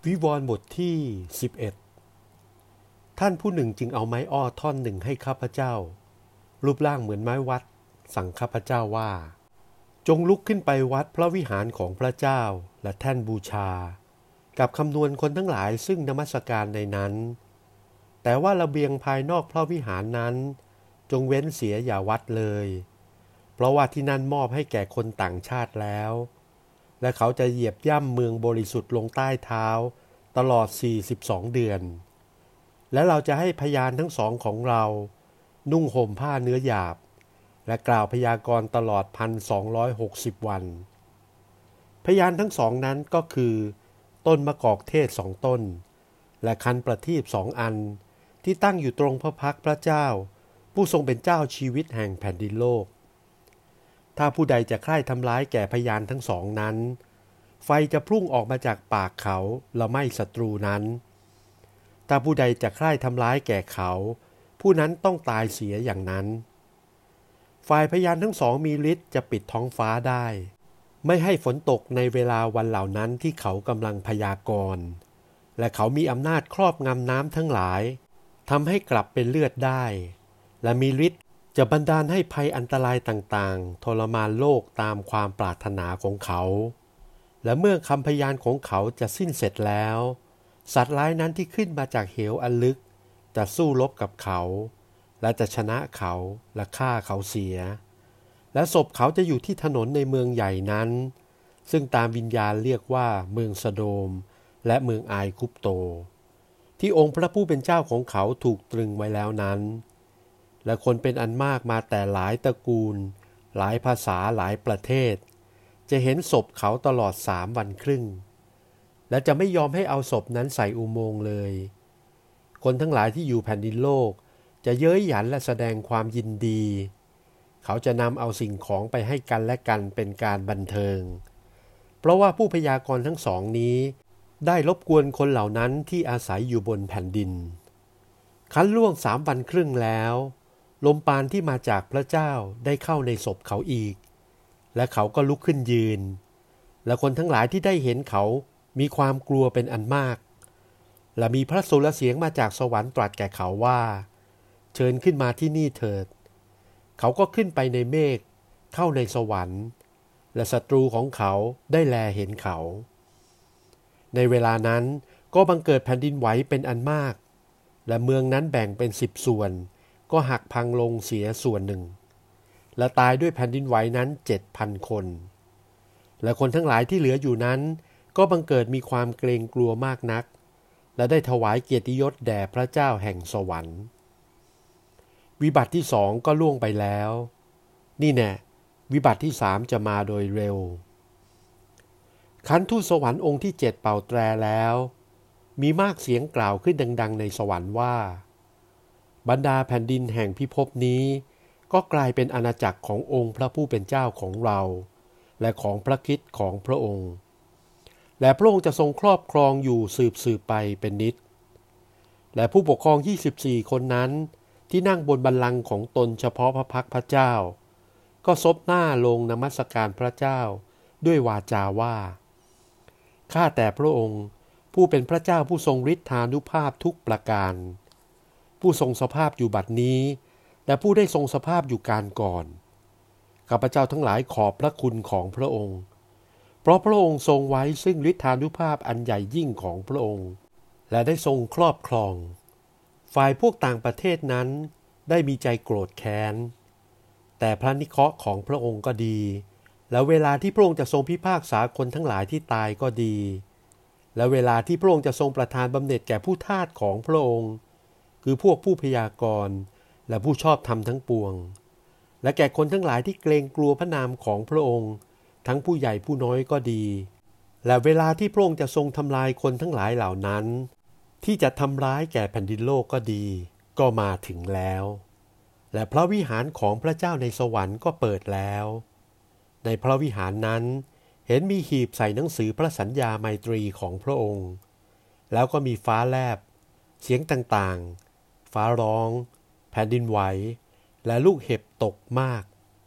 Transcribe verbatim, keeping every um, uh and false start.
วิวรณ์บทที่สิบเอ็ดท่านผู้หนึ่งจึงเอาไม้อ้อท่อนหนึ่งให้ข้าพเจ้ารูปร่างเหมือนไม้วัดสั่งข้าพเจ้าว่าจงลุกขึ้นไปวัดพระวิหารของพระเจ้าและแท่นบูชากับคำนวณคนทั้งหลายซึ่งนมัสการในนั้นแต่ว่าระเบียงภายนอกพระวิหารนั้นจงเว้นเสียอย่าวัดเลยเพราะว่าที่นั่นมอบให้แก่คนต่างชาติแล้วและเขาจะเหยียบย่ำเมืองบริสุทธิ์ลงใต้เท้าตลอดสี่สิบสองเดือนและเราจะให้พยานทั้งสองของเรานุ่งห่มผ้าเนื้อหยาบและกล่าวพยากรณ์ตลอด หนึ่งพันสองร้อยหกสิบ วันพยานทั้งสองนั้นก็คือต้นมะกอกเทศสองต้นและคันประทีปสองอันที่ตั้งอยู่ตรงพระพักตร์พระเจ้าผู้ทรงเป็นเจ้าชีวิตแห่งแผ่นดินโลกถ้าผู้ใดจะใคร่ทำร้ายแก่พยานทั้งสองนั้นไฟจะพุ่งออกมาจากปากเขาและไหม้ศัตรูนั้นถ้าผู้ใดจะใคร่ทำร้ายแก่เขาผู้นั้นต้องตายเสียอย่างนั้นฝ่ายพยานทั้งสองมีฤทธิ์จะปิดท้องฟ้าได้ไม่ให้ฝนตกในเวลาวันเหล่านั้นที่เขากำลังพยากรณ์และเขามีอำนาจครอบงำน้ำทั้งหลายทำให้กลับเป็นเลือดได้และมีฤทธิ์จะบันดาลให้ภัยอันตรายต่างๆทรมานโลกตามความปรารถนาของเขาและเมื่อคำพยานของเขาจะสิ้นเสร็จแล้วสัตว์ร้ายนั้นที่ขึ้นมาจากเหวอันลึกจะสู้รบกับเขาและจะชนะเขาและฆ่าเขาเสียและศพเขาจะอยู่ที่ถนนในเมืองใหญ่นั้นซึ่งตามวิญญาณเรียกว่าเมืองสโดมและเมืองอายคุปโตที่องค์พระผู้เป็นเจ้าของเขาถูกตรึงไว้แล้วนั้นและคนเป็นอันมากมาแต่หลายตระกูลหลายภาษาหลายประเทศจะเห็นศพเขาตลอดสามวันครึ่งและจะไม่ยอมให้เอาศพนั้นใส่อุโมงค์เลยคนทั้งหลายที่อยู่แผ่นดินโลกจะเย้ยหยันและแสดงความยินดีเขาจะนำเอาสิ่งของไปให้กันและกันเป็นการบันเทิงเพราะว่าผู้พยากรณ์ทั้งสองนี้ได้รบกวนคนเหล่านั้นที่อาศัยอยู่บนแผ่นดินคันล่วงสามวันครึ่งแล้วลมปานที่มาจากพระเจ้าได้เข้าในศพเขาอีกและเขาก็ลุกขึ้นยืนและคนทั้งหลายที่ได้เห็นเขามีความกลัวเป็นอันมากและมีพระสุรเสียงมาจากสวรรค์ตรัสแก่เขาว่าเชิญขึ้นมาที่นี่เถิดเขาก็ขึ้นไปในเมฆเข้าในสวรรค์และศัตรูของเขาได้แลเห็นเขาในเวลานั้นก็บังเกิดแผ่นดินไหวเป็นอันมากและเมืองนั้นแบ่งเป็นสิบส่วนก็หักพังลงเสียส่วนหนึ่งและตายด้วยแผ่นดินไหวนั้นเจ็ดพันคนและคนทั้งหลายที่เหลืออยู่นั้นก็บังเกิดมีความเกรงกลัวมากนักและได้ถวายเกียรติยศแด่พระเจ้าแห่งสวรรค์วิบัติที่สองก็ล่วงไปแล้วนี่แน่วิบัติที่สามจะมาโดยเร็วขันทูตสวรรค์องค์ที่เจ็ดเป่าแตรแล้วมีมากเสียงกล่าวขึ้นดังๆในสวรรค์ว่าบรรดาแผ่นดินแห่งพิภพนี้ก็กลายเป็นอาณาจักรขององค์พระผู้เป็นเจ้าของเราและของพระคริสต์ของพระองค์และพระองค์จะทรงครอบครองอยู่สืบสืบไปเป็นนิจและผู้ปกครองยี่สิบสี่คนนั้นที่นั่งบนบัลลังก์ของตนเฉพาะพระพักพระเจ้าก็ซบหน้าลงนมัสการพระเจ้าด้วยวาจาว่าข้าแต่พระองค์ผู้เป็นพระเจ้าผู้ทรงฤทธานุภาพทุกประการผู้ทรงสภาพอยู่บัดนี้และผู้ได้ทรงสภาพอยู่การก่อนข้าพเจ้าทั้งหลายขอบพระคุณของพระองค์เพราะพระองค์ทรงไว้ซึ่งฤทธานุภาพอันใหญ่ยิ่งของพระองค์และได้ทรงครอบครองฝ่ายพวกต่างประเทศนั้นได้มีใจโกรธแค้นแต่พระนิเคราะห์ของพระองค์ก็ดีและเวลาที่พระองค์จะทรงพิพากษาคนทั้งหลายที่ตายก็ดีและเวลาที่พระองค์จะทรงประทานบำเหน็จแก่ผู้ทาสของพระองค์คือพวกผู้พยากรณ์และผู้ชอบธรรมทั้งปวงและแก่คนทั้งหลายที่เกรงกลัวพระนามของพระองค์ทั้งผู้ใหญ่ผู้น้อยก็ดีและเวลาที่พระองค์จะทรงทำลายคนทั้งหลายเหล่านั้นที่จะทำร้ายแก่แผ่นดินโลกก็ดีก็มาถึงแล้วและพระวิหารของพระเจ้าในสวรรค์ก็เปิดแล้วในพระวิหารนั้นเห็นมีหีบใส่หนังสือพระสัญญาไมตรีของพระองค์แล้วก็มีฟ้าแลบเสียงต่างๆฟ้าร้องแผ่นดินไหวและลูกเห็บตกมาก